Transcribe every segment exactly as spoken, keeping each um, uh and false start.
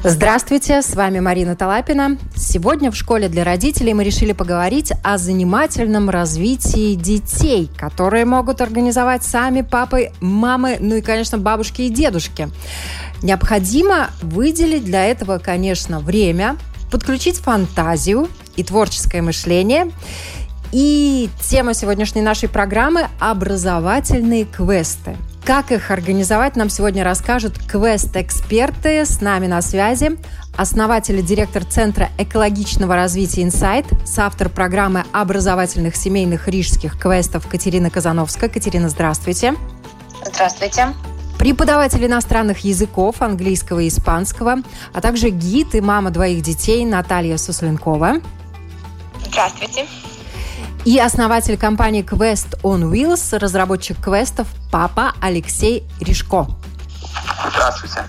Здравствуйте, с вами Марина Талапина. Сегодня в школе для родителей мы решили поговорить о занимательном развитии детей, которые могут организовать сами папы, мамы, ну и, конечно, бабушки и дедушки. Необходимо выделить для этого, конечно, время, подключить фантазию и творческое мышление. И тема сегодняшней нашей программы – образовательные квесты. Как их организовать, нам сегодня расскажут квест-эксперты. С нами на связи основатель и директор Центра экологичного развития «Инсайт», соавтор программы образовательных семейных рижских квестов Катерина Казановская. Катерина, здравствуйте. Здравствуйте. Преподаватель иностранных языков, английского и испанского, а также гид и мама двоих детей Наталья Сусленкова. Здравствуйте. И основатель компании Quest on Wheels, разработчик квестов, папа Алексей Рижко. Здравствуйте.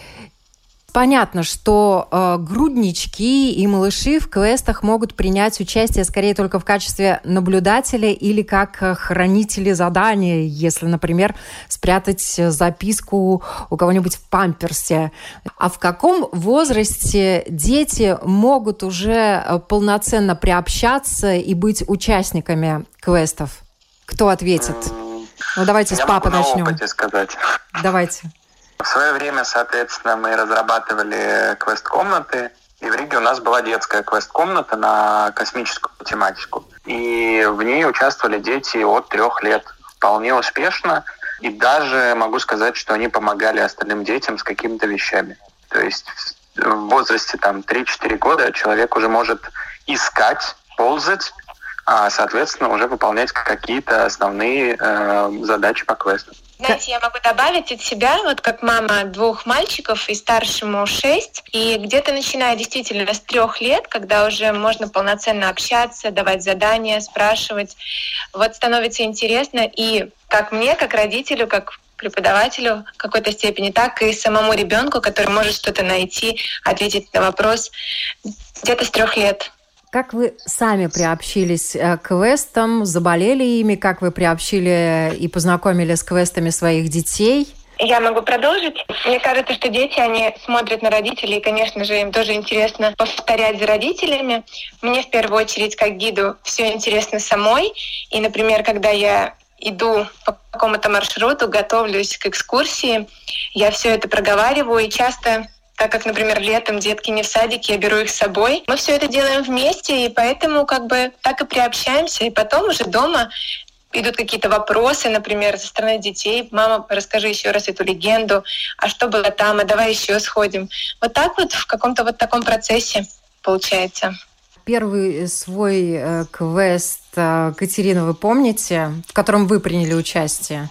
Понятно, что э, груднички и малыши в квестах могут принять участие скорее только в качестве наблюдателя или как хранители задания, если, например, спрятать записку у кого-нибудь в памперсе. А в каком возрасте дети могут уже полноценно приобщаться и быть участниками квестов? Кто ответит? Ну, давайте Я с папы могу начнем. на опыте сказать. Давайте. В свое время, соответственно, мы разрабатывали квест-комнаты, и в Риге у нас была детская квест-комната на космическую тематику. И в ней участвовали дети от трех лет вполне успешно, и даже могу сказать, что они помогали остальным детям с какими-то вещами. То есть в возрасте там три-четыре года человек уже может искать, ползать, а, соответственно, уже выполнять какие-то основные э, задачи по квесту. Знаете, я могу добавить от себя, вот как мама двух мальчиков, и старшему шесть, и где-то начиная действительно с трех лет, когда уже можно полноценно общаться, давать задания, спрашивать, вот становится интересно, и как мне, как родителю, как преподавателю в какой-то степени, так и самому ребенку, который может что-то найти, ответить на вопрос где-то с трех лет. Как вы сами приобщились к квестам, заболели ими, как вы приобщили и познакомили с квестами своих детей? Я могу продолжить. Мне кажется, что дети, они смотрят на родителей, и, конечно же, им тоже интересно повторять за родителями. Мне в первую очередь, как гиду, все интересно самой. И, например, когда я иду по какому-то маршруту, готовлюсь к экскурсии, я все это проговариваю, и часто... Так как, например, летом детки не в садике, я беру их с собой. Мы все это делаем вместе, и поэтому как бы так и приобщаемся. И потом уже дома идут какие-то вопросы, например, со стороны детей. Мама, расскажи еще раз эту легенду. А что было там? А давай еще сходим. Вот так вот в каком-то вот таком процессе получается. Первый свой э, квест, э, Катерина, вы помните, в котором вы приняли участие?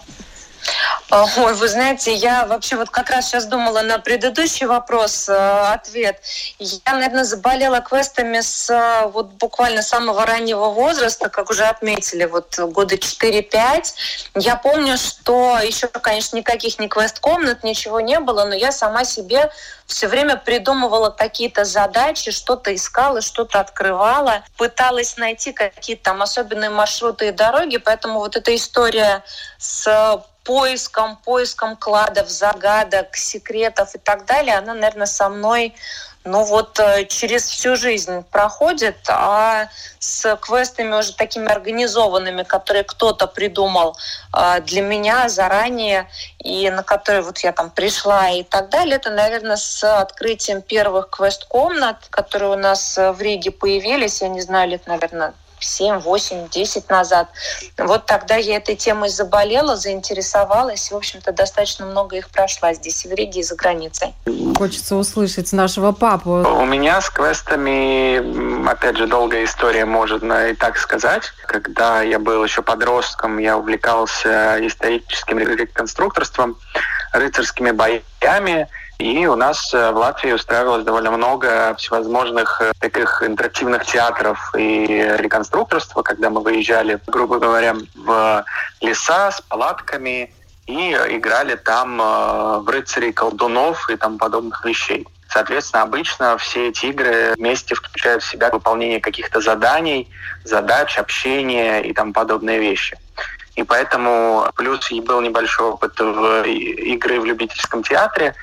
Ой, вы знаете, я вообще вот как раз сейчас думала на предыдущий вопрос, э, ответ. Я, наверное, заболела квестами с э, вот буквально самого раннего возраста, как уже отметили, вот года четыре-пять. Я помню, что еще, конечно, никаких ни квест-комнат, ничего не было, но я сама себе все время придумывала какие-то задачи, что-то искала, что-то открывала, пыталась найти какие-то там особенные маршруты и дороги, поэтому вот эта история с поиском, поиском кладов, загадок, секретов и так далее, она, наверное, со мной, ну вот, через всю жизнь проходит, а с квестами уже такими организованными, которые кто-то придумал для меня заранее, и на которые вот я там пришла и так далее, это, наверное, с открытием первых квест-комнат, которые у нас в Риге появились, я не знаю, лет, наверное, семь, восемь, десять назад. Вот тогда я этой темой заболела, заинтересовалась. В общем-то, достаточно много их прошла здесь, и в Риге, и за границей. Хочется услышать нашего папу. У меня с квестами, опять же, долгая история, можно и так сказать. Когда я был еще подростком, я увлекался историческим реконструкторством, рыцарскими боями. И у нас в Латвии устраивалось довольно много всевозможных таких интерактивных театров и реконструкторства, когда мы выезжали, грубо говоря, в леса с палатками и играли там в рыцарей, колдунов и тому подобных вещей. Соответственно, обычно все эти игры вместе включают в себя выполнение каких-то заданий, задач, общения и тому подобные вещи. И поэтому плюс был небольшой опыт в игры в любительском театре.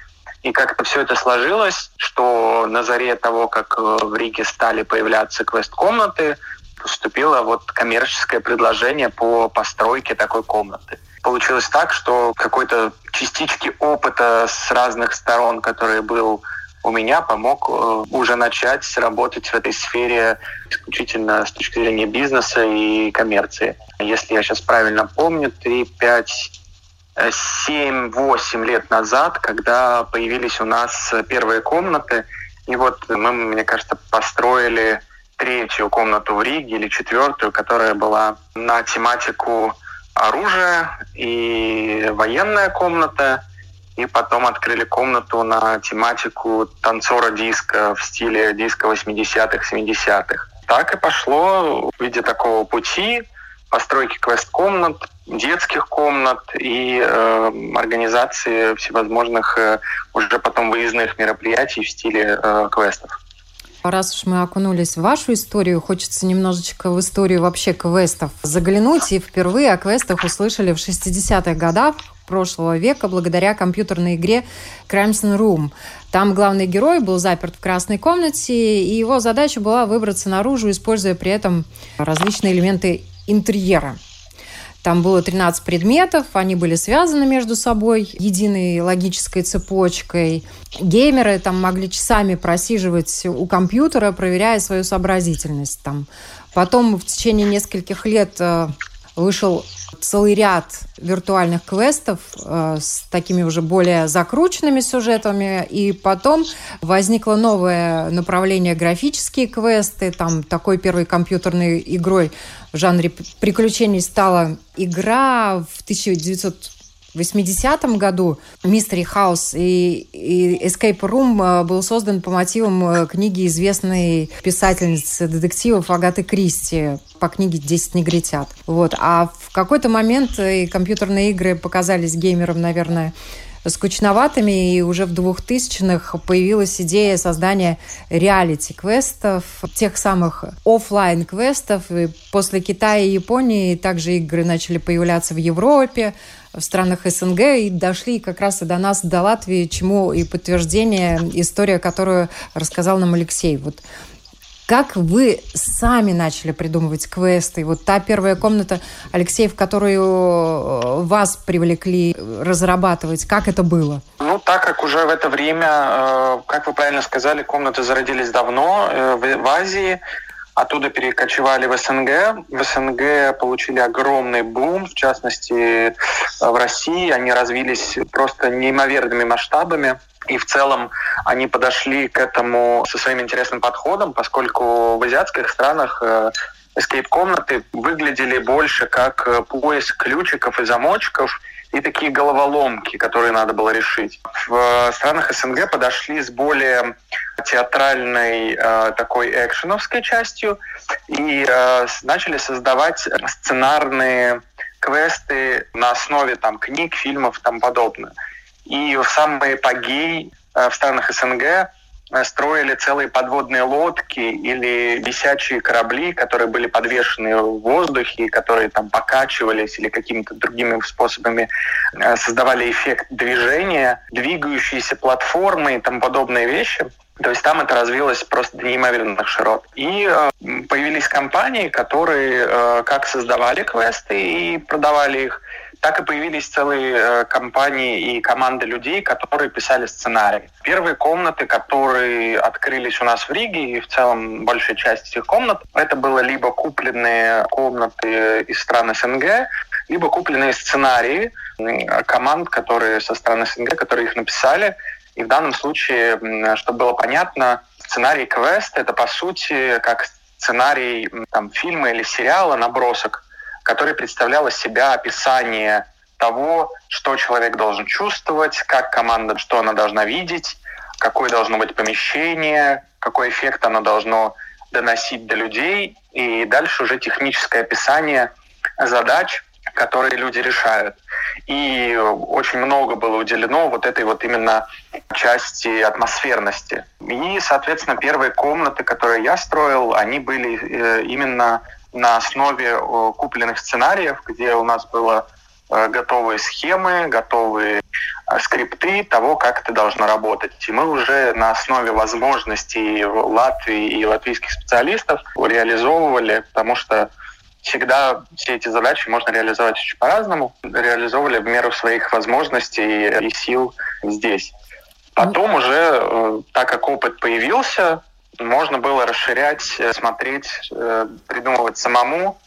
И как-то все это сложилось, что на заре того, как в Риге стали появляться квест-комнаты, поступило вот коммерческое предложение по постройке такой комнаты. Получилось так, что какой-то частички опыта с разных сторон, который был у меня, помог уже начать работать в этой сфере исключительно с точки зрения бизнеса и коммерции. Если я сейчас правильно помню, три, пять, семь, восемь лет назад, когда появились у нас первые комнаты, и вот мы, мне кажется, построили третью комнату в Риге или четвертую, которая была на тематику оружия, и военная комната, и потом открыли комнату на тематику танцора диска в стиле диска восьмидесятых, семидесятых. Так и пошло в виде такого пути постройки квест-комнат, детских комнат и э, организации всевозможных э, уже потом выездных мероприятий в стиле э, квестов. Раз уж мы окунулись в вашу историю, хочется немножечко в историю вообще квестов заглянуть. И впервые о квестах услышали в шестидесятых годах прошлого века благодаря компьютерной игре Crimson Room. Там главный герой был заперт в красной комнате, и его задача была выбраться наружу, используя при этом различные элементы интерьера. Там было тринадцать предметов, они были связаны между собой единой логической цепочкой. Геймеры там могли часами просиживать у компьютера, проверяя свою сообразительность. Там. Потом в течение нескольких лет вышел целый ряд виртуальных квестов э, с такими уже более закрученными сюжетами. И потом возникло новое направление — графические квесты. Там такой первой компьютерной игрой в жанре приключений стала игра в тысяча девятьсот восьмидесятом году Mystery House, и, и Escape Room был создан по мотивам книги известной писательницы детективов Агаты Кристи по книге «Десять негритят». Вот. А в какой-то момент и компьютерные игры показались геймерам, наверное, скучноватыми, и уже в двухтысячных появилась идея создания реалити-квестов, тех самых офлайн-квестов. И после Китая и Японии также игры начали появляться в Европе, в странах СНГ, и дошли как раз и до нас, до Латвии, чему и подтверждение история, которую рассказал нам Алексей. Вот как вы сами начали придумывать квесты? Вот та первая комната, Алексей, в которую вас привлекли разрабатывать, как это было? Ну, так как уже в это время, как вы правильно сказали, комнаты зародились давно в Азии, оттуда перекочевали в СНГ. В СНГ получили огромный бум, в частности, в России. Они развились просто неимоверными масштабами. И в целом они подошли к этому со своим интересным подходом, поскольку в азиатских странах эскейп-комнаты выглядели больше как поиск ключиков и замочков, и такие головоломки, которые надо было решить. В странах СНГ подошли с более театральной, э, такой экшеновской частью и э, начали создавать сценарные квесты на основе там, книг, фильмов и тому подобное. И в самый эпогей э, в странах СНГ строили целые подводные лодки или висячие корабли, которые были подвешены в воздухе, которые там покачивались или какими-то другими способами создавали эффект движения, двигающиеся платформы и тому подобные вещи. То есть там это развилось просто до неимоверных широт. И э, появились компании, которые э, как создавали квесты и продавали их, так и появились целые э, компании и команды людей, которые писали сценарии. Первые комнаты, которые открылись у нас в Риге, и в целом большая часть этих комнат, это было либо купленные комнаты из стран СНГ, либо купленные сценарии команд, которые со стран СНГ, которые их написали. И в данном случае, чтобы было понятно, сценарий квеста — это, по сути, как сценарий там, фильма или сериала, набросок, который представлял из себя описание того, что человек должен чувствовать, как команда, что она должна видеть, какое должно быть помещение, какой эффект оно должно доносить до людей. И дальше уже техническое описание задач, которые люди решают. И очень много было уделено вот этой вот именно части атмосферности. И, соответственно, первые комнаты, которые я строил, они были именно на основе купленных сценариев, где у нас было готовые схемы, готовые скрипты того, как это должно работать. И мы уже на основе возможностей Латвии и латвийских специалистов реализовывали, потому что всегда все эти задачи можно реализовать очень по-разному, реализовывали в меру своих возможностей и сил здесь. Потом уже, так как опыт появился, можно было расширять, смотреть, придумывать самому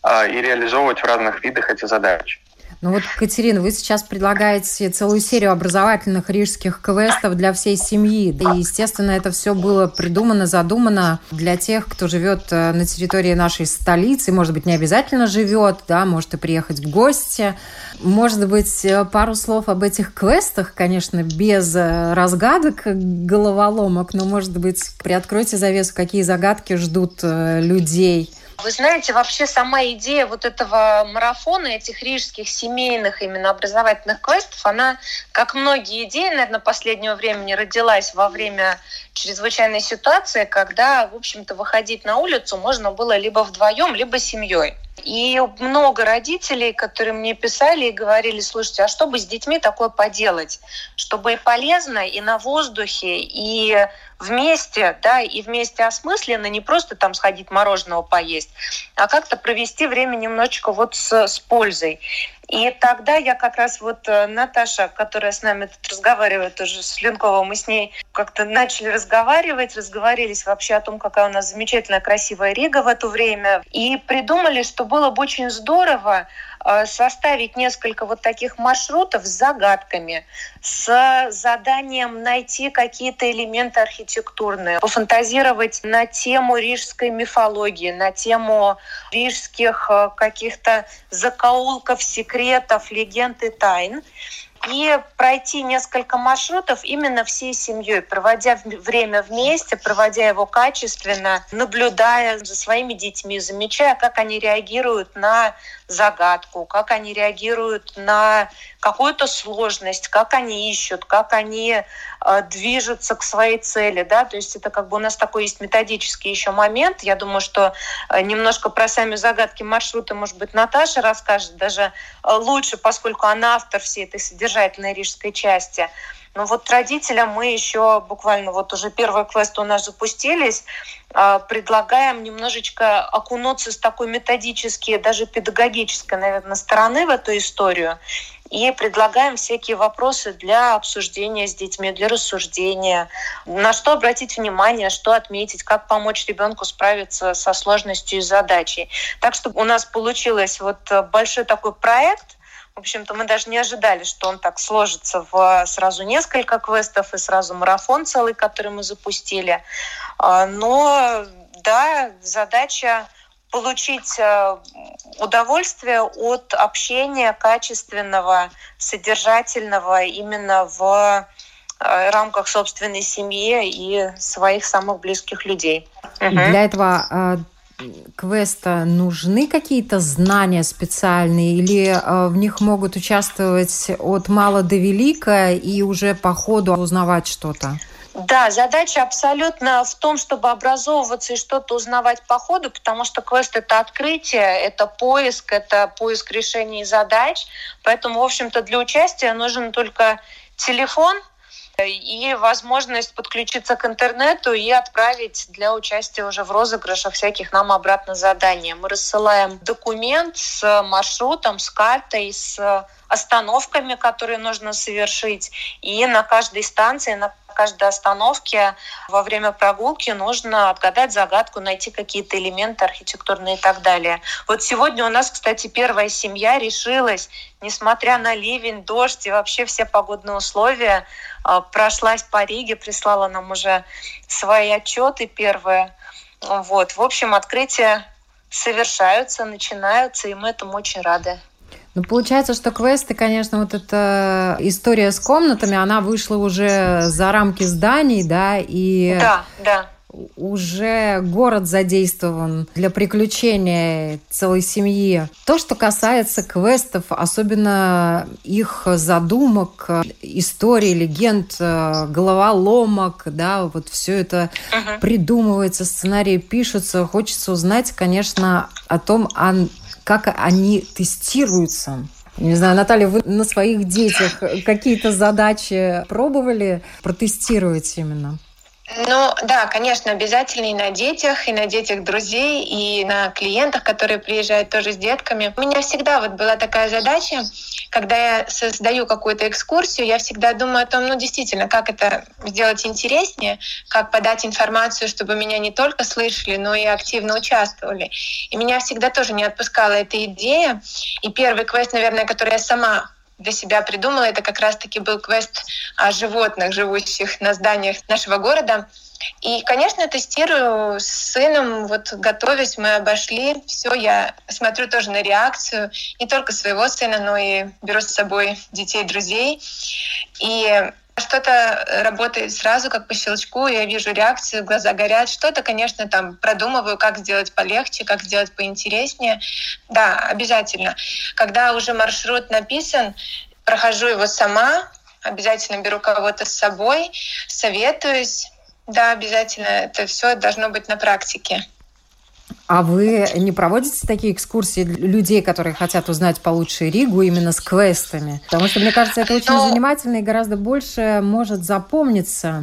и реализовывать в разных видах эти задачи. Ну вот, Катерина, вы сейчас предлагаете целую серию образовательных рижских квестов для всей семьи. И, естественно, это все было придумано, задумано для тех, кто живет на территории нашей столицы. Может быть, не обязательно живет, да, может и приехать в гости. Может быть, пару слов об этих квестах, конечно, без разгадок, головоломок, но, может быть, приоткройте завесу, какие загадки ждут людей. Вы знаете, вообще сама идея вот этого марафона, этих рижских семейных именно образовательных квестов, она, как многие идеи, наверное, последнего времени родилась во время чрезвычайной ситуации, когда, в общем-то, выходить на улицу можно было либо вдвоем, либо семьей. И много родителей, которые мне писали и говорили: слушайте, а что бы с детьми такое поделать, чтобы и полезно, и на воздухе, и вместе, да, и вместе осмысленно, не просто там сходить мороженого поесть, а как-то провести время немножечко вот с, с пользой. И тогда я как раз вот Наташа, которая с нами тут разговаривает уже с Ленковым, мы с ней как-то начали разговаривать, разговорились вообще о том, какая у нас замечательная, красивая Рига в это время, и придумали, что было бы очень здорово составить несколько вот таких маршрутов с загадками, с заданием найти какие-то элементы архитектурные, пофантазировать на тему рижской мифологии, на тему рижских каких-то закоулков, секретов, легенд и тайн. И пройти несколько маршрутов именно всей семьей, проводя время вместе, проводя его качественно, наблюдая за своими детьми, замечая, как они реагируют на загадку, как они реагируют на какую-то сложность, как они ищут, как они э, движутся к своей цели, да, то есть это как бы у нас такой есть методический еще момент. Я думаю, что э, немножко про сами загадки маршрута, может быть, Наташа расскажет даже э, лучше, поскольку она автор всей этой содержательной рижской части. Но вот родителям мы еще буквально вот уже первые квесты у нас запустились, предлагаем немножечко окунуться с такой методической, даже педагогической, наверное, стороны в эту историю. И предлагаем всякие вопросы для обсуждения с детьми, для рассуждения, на что обратить внимание, что отметить, как помочь ребенку справиться со сложностью и задачей. Так что у нас получилось вот большой такой проект. В общем-то, мы даже не ожидали, что он так сложится в сразу несколько квестов и сразу марафон целый, который мы запустили. Но, да, задача получить удовольствие от общения качественного, содержательного именно в рамках собственной семьи и своих самых близких людей. Для этого квеста нужны какие-то знания специальные или э, в них могут участвовать от мала до велика и уже по ходу узнавать что-то? Да, задача абсолютно в том, чтобы образовываться и что-то узнавать по ходу, потому что квест — это открытие, это поиск, это поиск решений задач. Поэтому, в общем-то, для участия нужен только телефон и возможность подключиться к интернету и отправить для участия уже в розыгрышах всяких нам обратно задания. Мы рассылаем документ с маршрутом, с картой, с остановками, которые нужно совершить. И на каждой станции, на каждой остановке во время прогулки нужно отгадать загадку, найти какие-то элементы архитектурные и так далее. Вот сегодня у нас, кстати, первая семья решилась, несмотря на ливень, дождь и вообще все погодные условия, прошлась по Риге, прислала нам уже свои отчеты первые. Вот. В общем, открытия совершаются, начинаются, и мы этому очень рады. Ну, получается, что квесты, конечно, вот эта история с комнатами, она вышла уже за рамки зданий, да, и да, да. уже город задействован для приключения целой семьи. То, что касается квестов, особенно их задумок, историй, легенд, головоломок, да, вот все это uh-huh. придумывается, сценарии пишутся. Хочется узнать, конечно, о том, как они тестируются. Не знаю, Наталья, вы на своих детях какие-то задачи пробовали протестировать именно? Ну да, конечно, обязательно и на детях, и на детях друзей, и на клиентах, которые приезжают тоже с детками. У меня всегда вот была такая задача, когда я создаю какую-то экскурсию, я всегда думаю о том, ну действительно, как это сделать интереснее, как подать информацию, чтобы меня не только слышали, но и активно участвовали. И меня всегда тоже не отпускала эта идея. И первый квест, наверное, который я сама для себя придумала, это как раз-таки был квест о животных, живущих на зданиях нашего города. И, конечно, тестирую с сыном, вот готовясь, мы обошли все, я смотрю тоже на реакцию, не только своего сына, но и беру с собой детей, друзей. И что-то работает сразу, как по щелчку, я вижу реакцию, глаза горят. Что-то, конечно, там продумываю, как сделать полегче, как сделать поинтереснее. Да, обязательно. Когда уже маршрут написан, прохожу его сама, обязательно беру кого-то с собой, советуюсь. Да, обязательно. Это все должно быть на практике. А вы не проводите такие экскурсии для людей, которые хотят узнать получше Ригу именно с квестами? Потому что, мне кажется, это очень Но... занимательно и гораздо больше может запомниться.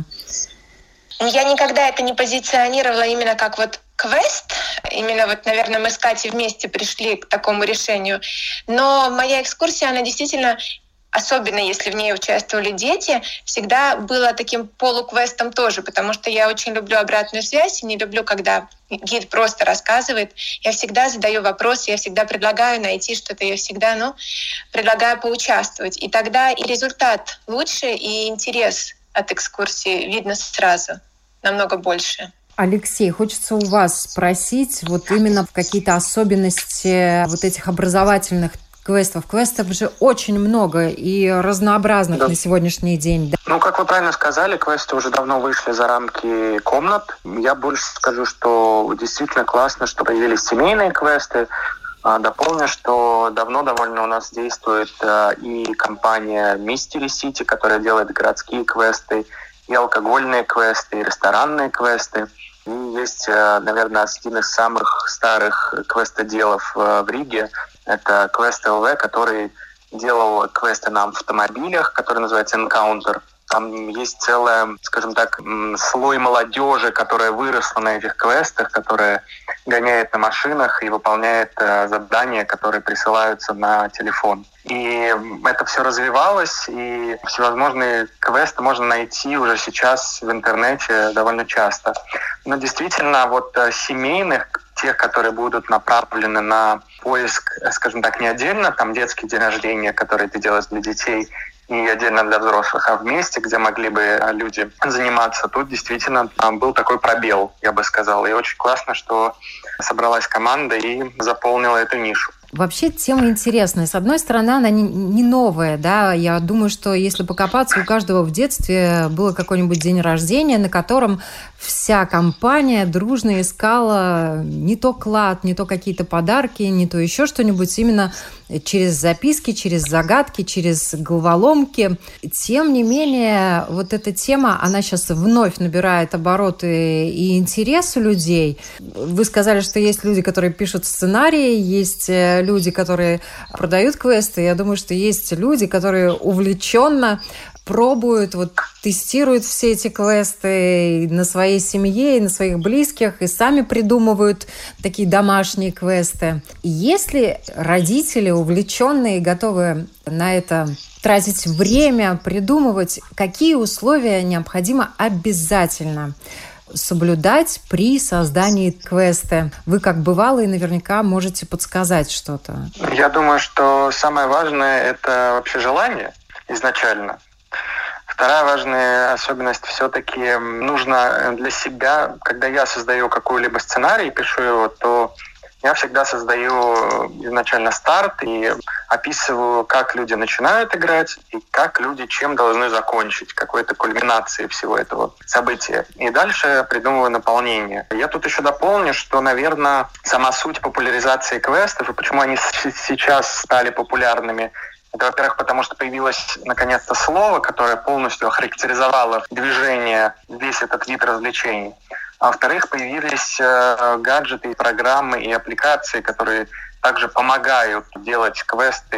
Я никогда это не позиционировала именно как вот квест. Именно вот, наверное, мы с Катей вместе пришли к такому решению. Но моя экскурсия, она действительно... особенно если в ней участвовали дети, всегда было таким полуквестом тоже, потому что я очень люблю обратную связь и не люблю, когда гид просто рассказывает. Я всегда задаю вопросы, я всегда предлагаю найти что-то, я всегда ну, предлагаю поучаствовать. И тогда и результат лучше, и интерес от экскурсии видно сразу, намного больше. Алексей, хочется у вас спросить вот именно в какие-то особенности вот этих образовательных квестов. Квестов же очень много и разнообразных да. на сегодняшний день. Да? Ну, как вы правильно сказали, квесты уже давно вышли за рамки комнат. Я больше скажу, что действительно классно, что появились семейные квесты. Дополню, что давно довольно у нас действует и компания Mystery City, которая делает городские квесты, и алкогольные квесты, и ресторанные квесты. И есть, наверное, один из самых старых квестоделов в Риге. Это Quest эл ви, который делал квесты на автомобилях, который называется Encounter. Там есть целый, скажем так, слой молодежи, которая выросла на этих квестах, которая гоняет на машинах и выполняет задания, которые присылаются на телефон. И это все развивалось, и всевозможные квесты можно найти уже сейчас в интернете довольно часто. Но действительно, вот семейных, тех, которые будут направлены на поиск, скажем так, не отдельно, там детский день рождения, который ты делаешь для детей, и отдельно для взрослых, а вместе, где могли бы люди заниматься. Тут действительно был такой пробел, я бы сказал. И очень классно, что собралась команда и заполнила эту нишу. Вообще тема интересная. С одной стороны, она не, не новая, да. Я думаю, что если покопаться, у каждого в детстве было какой-нибудь день рождения, на котором вся компания дружно искала не то клад, не то какие-то подарки, не то еще что-нибудь, именно через записки, через загадки, через головоломки. Тем не менее, вот эта тема, она сейчас вновь набирает обороты и интерес у людей. Вы сказали, что есть люди, которые пишут сценарии, есть люди, которые продают квесты. Я думаю, что есть люди, которые увлеченно пробуют, вот, тестируют все эти квесты на своей семье, и на своих близких, и сами придумывают такие домашние квесты. И если родители увлеченные, готовы на это тратить время, придумывать, какие условия необходимо обязательно соблюдать при создании квеста? Вы, как бывалые, наверняка можете подсказать что-то. Я думаю, что самое важное – это вообще желание изначально. Вторая важная особенность – все-таки нужно для себя, когда я создаю какой-либо сценарий, пишу его, то я всегда создаю изначально старт и описываю, как люди начинают играть и как люди чем должны закончить, какой-то кульминации всего этого события. И дальше придумываю наполнение. Я тут еще дополню, что, наверное, сама суть популяризации квестов и почему они сейчас стали популярными, это, во-первых, потому что появилось наконец-то слово, которое полностью охарактеризовало движение, весь этот вид развлечений. А во-вторых, появились э, гаджеты, программы и аппликации, которые также помогают делать квесты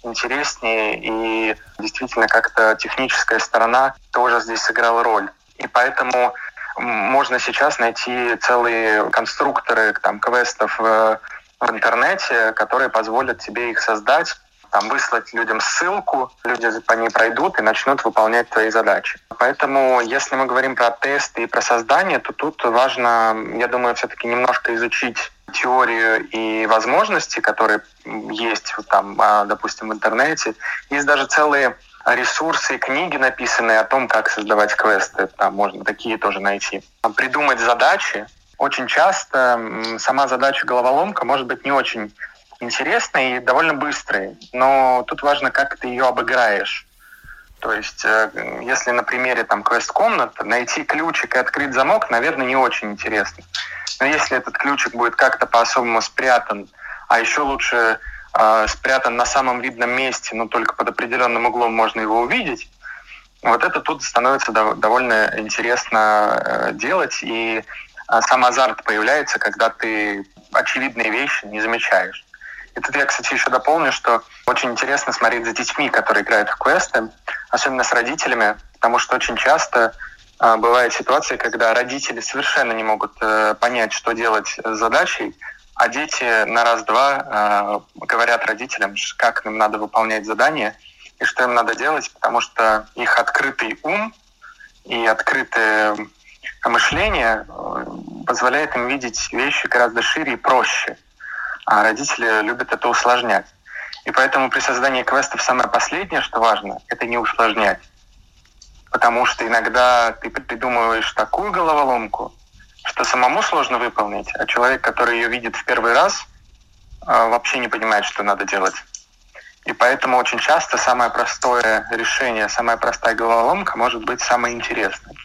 интереснее, и действительно как-то техническая сторона тоже здесь сыграла роль. И поэтому можно сейчас найти целые конструкторы там, квестов в, в интернете, которые позволят тебе их создать, там, выслать людям ссылку, люди по ней пройдут и начнут выполнять твои задачи. Поэтому, если мы говорим про тесты и про создание, то тут важно, я думаю, все-таки немножко изучить теорию и возможности, которые есть, там, допустим, в интернете. Есть даже целые ресурсы и книги, написанные о том, как создавать квесты. Там можно такие тоже найти. Придумать задачи. Очень часто сама задача-головоломка может быть не очень интересной и довольно быстрой, но тут важно, как ты ее обыграешь. То есть, если на примере там квест-комнаты найти ключик и открыть замок, наверное, не очень интересно. Но если этот ключик будет как-то по-особому спрятан, а еще лучше э, спрятан на самом видном месте, но только под определенным углом можно его увидеть, вот это тут становится дов- довольно интересно э, делать, и э, сам азарт появляется, когда ты очевидные вещи не замечаешь. И тут я, кстати, еще дополню, что очень интересно смотреть за детьми, которые играют в квесты, особенно с родителями, потому что очень часто э, бывает ситуация, когда родители совершенно не могут э, понять, что делать с задачей, а дети на раз-два э, говорят родителям, как им надо выполнять задание и что им надо делать, потому что их открытый ум и открытое мышление э, позволяет им видеть вещи гораздо шире и проще. А родители любят это усложнять. И поэтому при создании квестов самое последнее, что важно, это не усложнять. Потому что иногда ты придумываешь такую головоломку, что самому сложно выполнить, а человек, который ее видит в первый раз, вообще не понимает, что надо делать. И поэтому очень часто самое простое решение, самая простая головоломка может быть самой интересной.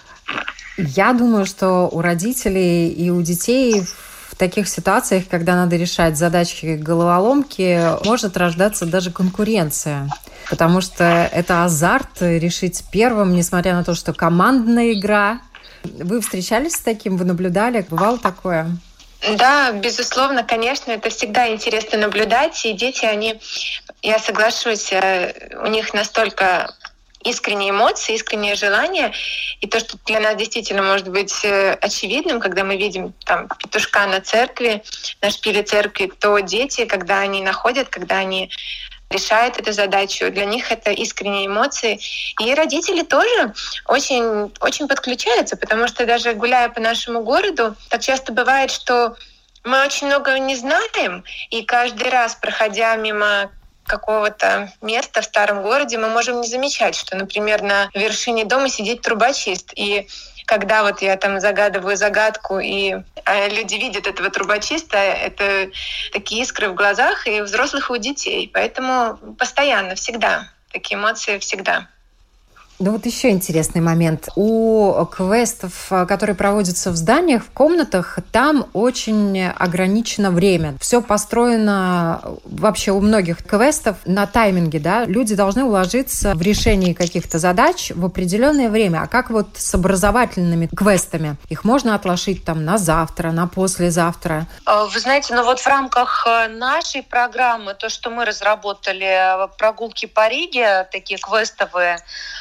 Я думаю, что у родителей и у детей в таких ситуациях, когда надо решать задачи головоломки, может рождаться даже конкуренция. Потому что это азарт решить первым, несмотря на то, что командная игра. Вы встречались с таким? Вы наблюдали? Бывало такое? Да, безусловно, конечно, это всегда интересно наблюдать. И дети, они, я соглашусь, у них настолько искренние эмоции, искреннее желание. И то, что для нас действительно может быть очевидным, когда мы видим там петушка на церкви, на шпиле церкви, то дети, когда они находят, когда они решают эту задачу, для них это искренние эмоции. И родители тоже очень, очень подключаются, потому что даже гуляя по нашему городу, так часто бывает, что мы очень много не знаем, и каждый раз, проходя мимо какого-то места в старом городе, мы можем не замечать, что, например, на вершине дома сидит трубочист. И когда вот я там загадываю загадку, и люди видят этого трубочиста, это такие искры в глазах и у взрослых, и у детей. Поэтому постоянно, всегда. Такие эмоции всегда. Ну вот еще интересный момент. У квестов, которые проводятся в зданиях, в комнатах, там очень ограничено время. Все построено вообще у многих квестов на тайминге, да. Люди должны уложиться в решении каких-то задач в определенное время. А как вот с образовательными квестами? Их можно отложить там на завтра, на послезавтра? Вы знаете, ну вот в рамках нашей программы, то, что мы разработали, прогулки по Риге, такие квестовые,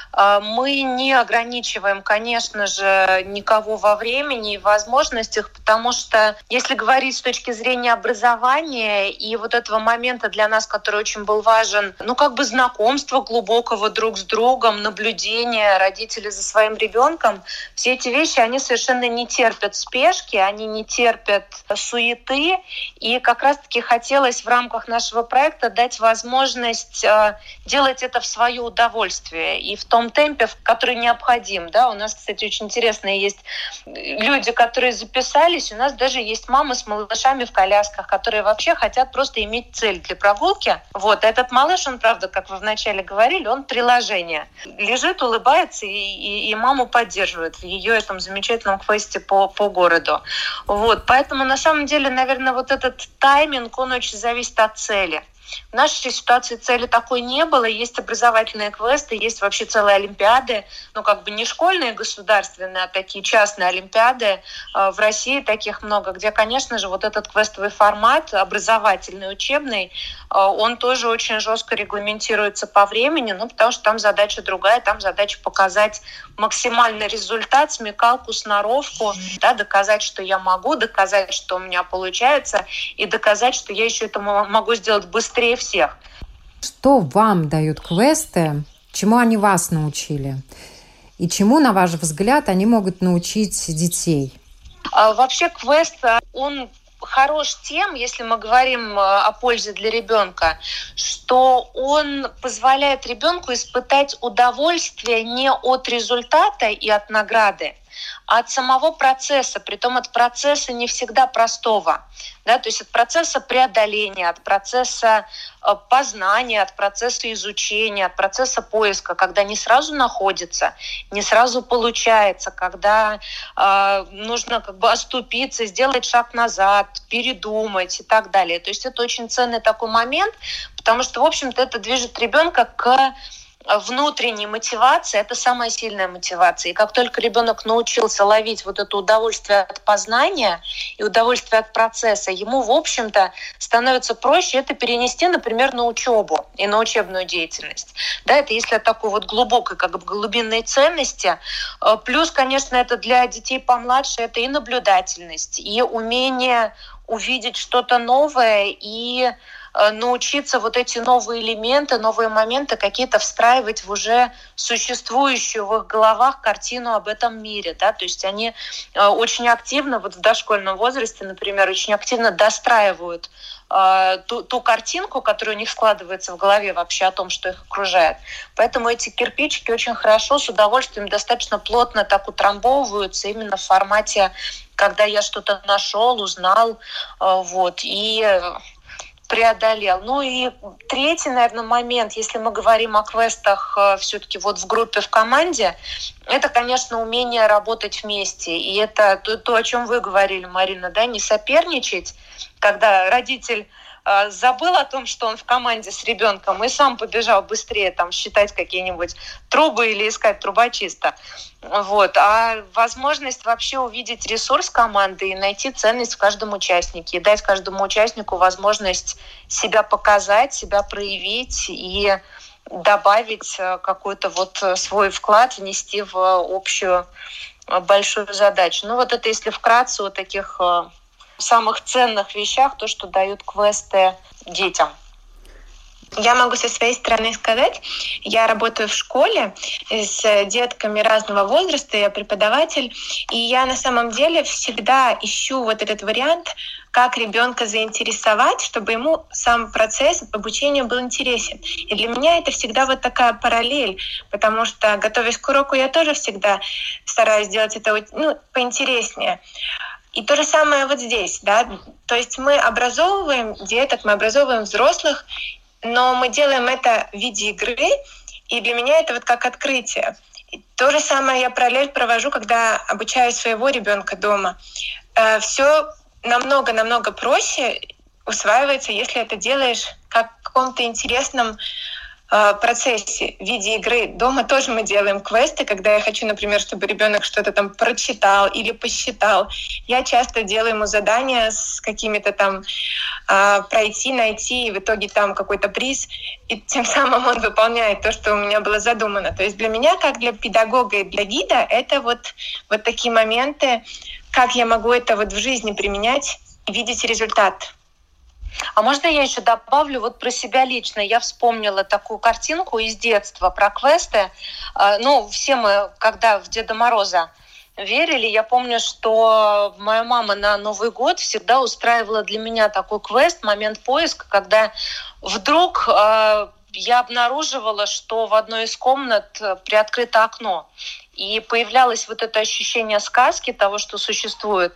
мы не ограничиваем, конечно же, никого во времени и возможностях, потому что, если говорить с точки зрения образования и вот этого момента для нас, который очень был важен, ну, как бы знакомство глубокого друг с другом, наблюдение родителей за своим ребенком, все эти вещи, они совершенно не терпят спешки, они не терпят суеты, и как раз-таки хотелось в рамках нашего проекта дать возможность делать это в свое удовольствие и в том темпе, который необходим. Да? У нас, кстати, очень интересные есть люди, которые записались. У нас даже есть мамы с малышами в колясках, которые вообще хотят просто иметь цель для прогулки. Вот. А этот малыш, он, правда, как вы вначале говорили, он приложение. Лежит, улыбается и, и, и маму поддерживает в ее этом замечательном квесте по, по городу. Вот. Поэтому, на самом деле, наверное, вот этот тайминг, он очень зависит от цели. В нашей ситуации цели такой не было. Есть образовательные квесты, есть вообще целые олимпиады, ну как бы не школьные государственные, а такие частные олимпиады. В России таких много, где, конечно же, вот этот квестовый формат, образовательный, учебный, он тоже очень жестко регламентируется по времени, ну потому что там задача другая, там задача показать максимальный результат, смекалку, сноровку, да, доказать, что я могу, доказать, что у меня получается, и доказать, что я еще это могу сделать быстрее всех. Что вам дают квесты? Чему они вас научили? И чему, на ваш взгляд, они могут научить детей? А, вообще квест, он хорош тем, если мы говорим о пользе для ребенка, что он позволяет ребенку испытать удовольствие не от результата и от награды, а от самого процесса, притом от процесса не всегда простого, да, то есть от процесса преодоления, от процесса познания, от процесса изучения, от процесса поиска, когда не сразу находится, не сразу получается, когда э, нужно как бы оступиться, сделать шаг назад, передумать и так далее. То есть это очень ценный такой момент, потому что, в общем-то, это движет ребенка к внутренней мотивации, это самая сильная мотивация. И как только ребенок научился ловить вот это удовольствие от познания и удовольствие от процесса, ему, в общем-то, становится проще это перенести, например, на учебу и на учебную деятельность. Да, это если от такой вот глубокой, как бы глубинной ценности. Плюс, конечно, это для детей помладше, это и наблюдательность, и умение увидеть что-то новое, и научиться вот эти новые элементы, новые моменты какие-то встраивать в уже существующую в их головах картину об этом мире. Да? То есть они очень активно, вот в дошкольном возрасте, например, очень активно достраивают э, ту, ту картинку, которая у них складывается в голове вообще о том, что их окружает. Поэтому эти кирпичики очень хорошо, с удовольствием, достаточно плотно так утрамбовываются именно в формате, когда я что-то нашел, узнал, э, вот, и преодолел. Ну и третий, наверное, момент, если мы говорим о квестах все-таки вот в группе, в команде, это, конечно, умение работать вместе. И это то, то, о чем вы говорили, Марина, да, не соперничать, когда родитель э, забыл о том, что он в команде с ребенком, и сам побежал быстрее там считать какие-нибудь трубы или искать трубочиста. Вот. А возможность вообще увидеть ресурс команды и найти ценность в каждом участнике, и дать каждому участнику возможность себя показать, себя проявить и добавить какой-то вот свой вклад, внести в общую большую задачу. Ну вот это если вкратце о таких самых ценных вещах, то, что дают квесты детям. Я могу со своей стороны сказать, я работаю в школе с детками разного возраста, я преподаватель, и я на самом деле всегда ищу вот этот вариант, как ребенка заинтересовать, чтобы ему сам процесс обучения был интересен. И для меня это всегда вот такая параллель, потому что, готовясь к уроку, я тоже всегда стараюсь сделать это, ну, поинтереснее. И то же самое вот здесь, да, то есть мы образовываем деток, мы образовываем взрослых, но мы делаем это в виде игры, и для меня это вот как открытие. И то же самое я параллель провожу, когда обучаю своего ребенка дома. Э, все намного-намного проще усваивается, если это делаешь как в каком-то интересном э, процессе в виде игры. Дома тоже мы делаем квесты, когда я хочу, например, чтобы ребенок что-то там прочитал или посчитал. Я часто делаю ему задания с какими-то там э, пройти, найти, и в итоге там какой-то приз, и тем самым он выполняет то, что у меня было задумано. То есть для меня, как для педагога и для гида, это вот, вот такие моменты, как я могу это вот в жизни применять и видеть результат. А можно я еще добавлю вот про себя лично? Я вспомнила такую картинку из детства про квесты. Ну, все мы, когда в Деда Мороза верили, я помню, что моя мама на Новый год всегда устраивала для меня такой квест, момент поиска, когда вдруг э, я обнаруживала, что в одной из комнат приоткрыто окно. И появлялось вот это ощущение сказки, того, что существует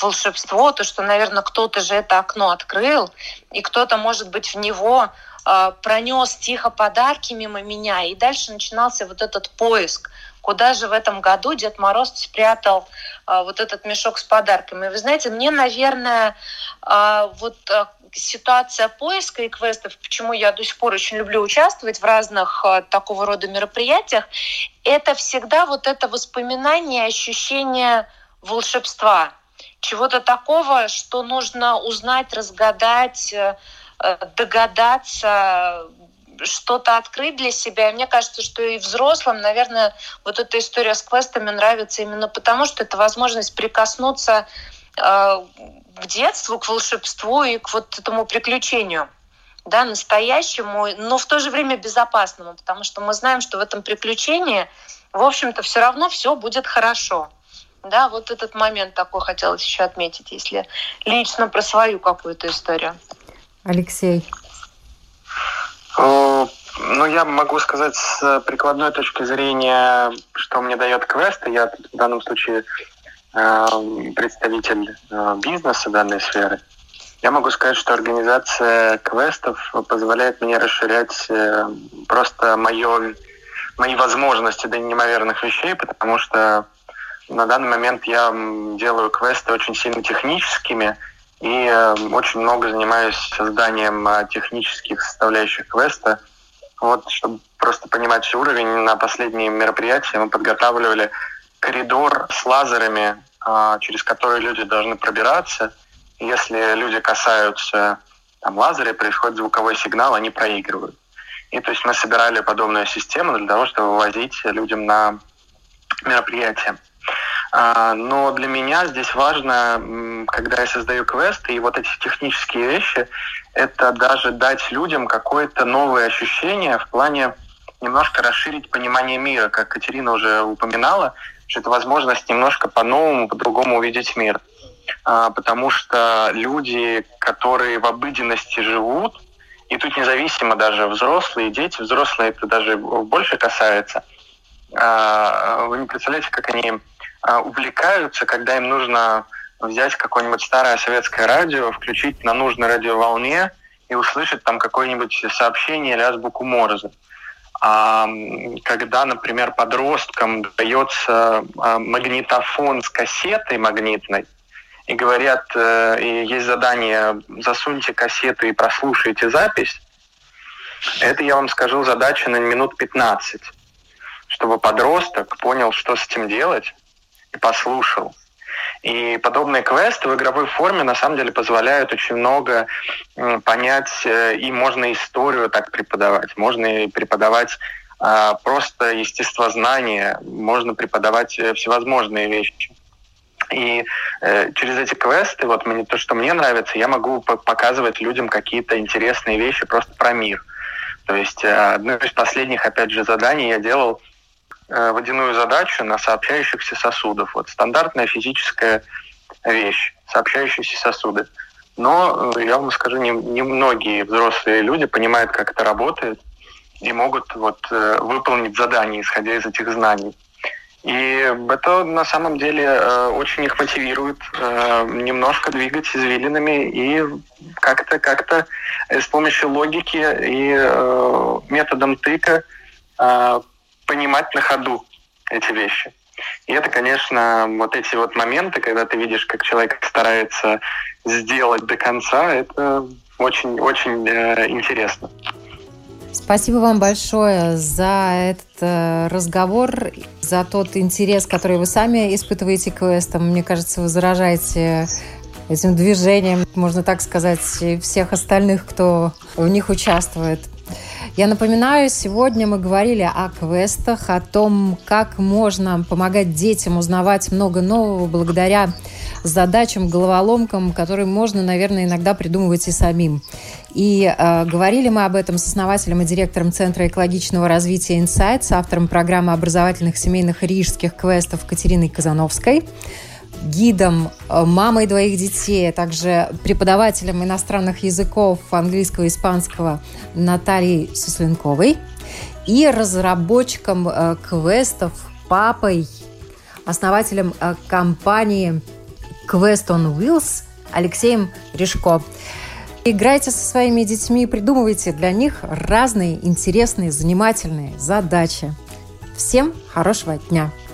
волшебство, то, что, наверное, кто-то же это окно открыл, и кто-то, может быть, в него э, пронес тихо подарки мимо меня, и дальше начинался вот этот поиск, куда же в этом году Дед Мороз спрятал э, вот этот мешок с подарками. И вы знаете, мне, наверное, э, вот э, ситуация поиска и квестов, почему я до сих пор очень люблю участвовать в разных э, такого рода мероприятиях, это всегда вот это воспоминание, ощущение волшебства, чего-то такого, что нужно узнать, разгадать, э, догадаться, что-то открыть для себя. И мне кажется, что и взрослым, наверное, вот эта история с квестами нравится именно потому, что это возможность прикоснуться э, к детству, к волшебству и к вот этому приключению, да, настоящему, но в то же время безопасному, потому что мы знаем, что в этом приключении, в общем-то, все равно все будет хорошо. Да, вот этот момент такой хотелось еще отметить, если лично про свою какую-то историю. Алексей. Ну, я могу сказать с прикладной точки зрения, что мне дает квест. Я в данном случае представитель бизнеса данной сферы. Я могу сказать, что организация квестов позволяет мне расширять просто моё, мои возможности до неимоверных вещей, потому что на данный момент я делаю квесты очень сильно техническими и очень много занимаюсь созданием технических составляющих квеста. Вот, чтобы просто понимать уровень, на последние мероприятия мы подготавливали коридор с лазерами, через который люди должны пробираться. Если люди касаются там, лазера, происходит звуковой сигнал, они проигрывают. И то есть мы собирали подобную систему для того, чтобы вывозить людям на мероприятия. Но для меня здесь важно, когда я создаю квесты, и вот эти технические вещи, это даже дать людям какое-то новое ощущение в плане немножко расширить понимание мира. Как Катерина уже упоминала, что это возможность немножко по-новому, по-другому увидеть мир. Потому что люди, которые в обыденности живут, и тут независимо даже взрослые, дети, взрослые это даже больше касается, вы не представляете, как они увлекаются, когда им нужно взять какое-нибудь старое советское радио, включить на нужной радиоволне и услышать там какое-нибудь сообщение или азбуку Морзе. А когда, например, подросткам дается магнитофон с кассетой магнитной, и говорят, и есть задание, засуньте кассету и прослушайте запись, это, я вам скажу, задача на минут пятнадцать, чтобы подросток понял, что с этим делать, и послушал. И подобные квесты в игровой форме на самом деле позволяют очень много понять, и можно историю так преподавать, можно и преподавать а, просто естествознание, можно преподавать всевозможные вещи. И э, через эти квесты, вот мне, то, что мне нравится, я могу показывать людям какие-то интересные вещи просто про мир. То есть э, одно из последних, опять же, заданий я делал э, водяную задачу на сообщающихся сосудов. Вот стандартная физическая вещь, сообщающиеся сосуды. Но, э, я вам скажу, не, не многие взрослые люди понимают, как это работает, и могут вот, э, выполнить задание, исходя из этих знаний. И это на самом деле э, очень их мотивирует э, немножко двигать извилинами и как-то, как-то с помощью логики и э, методом тыка э, понимать на ходу эти вещи. И это, конечно, вот эти вот моменты, когда ты видишь, как человек старается сделать до конца, это очень-очень э, интересно. Спасибо вам большое за этот разговор, за тот интерес, который вы сами испытываете к квестам. Мне кажется, вы заражаете этим движением, можно так сказать, всех остальных, кто в них участвует. Я напоминаю, сегодня мы говорили о квестах, о том, как можно помогать детям узнавать много нового благодаря задачам, головоломкам, которые можно, наверное, иногда придумывать и самим. И э, говорили мы об этом с основателем и директором Центра экологичного развития «Инсайт», с автором программы образовательных семейных рижских квестов Катериной Казановской, гидом, мамой двоих детей, а также преподавателем иностранных языков английского и испанского Натальей Суслинковой и разработчиком э, квестов, папой, основателем э, компании Quest on Wheels Алексеем Рижко. Играйте со своими детьми, придумывайте для них разные интересные, занимательные задачи. Всем хорошего дня!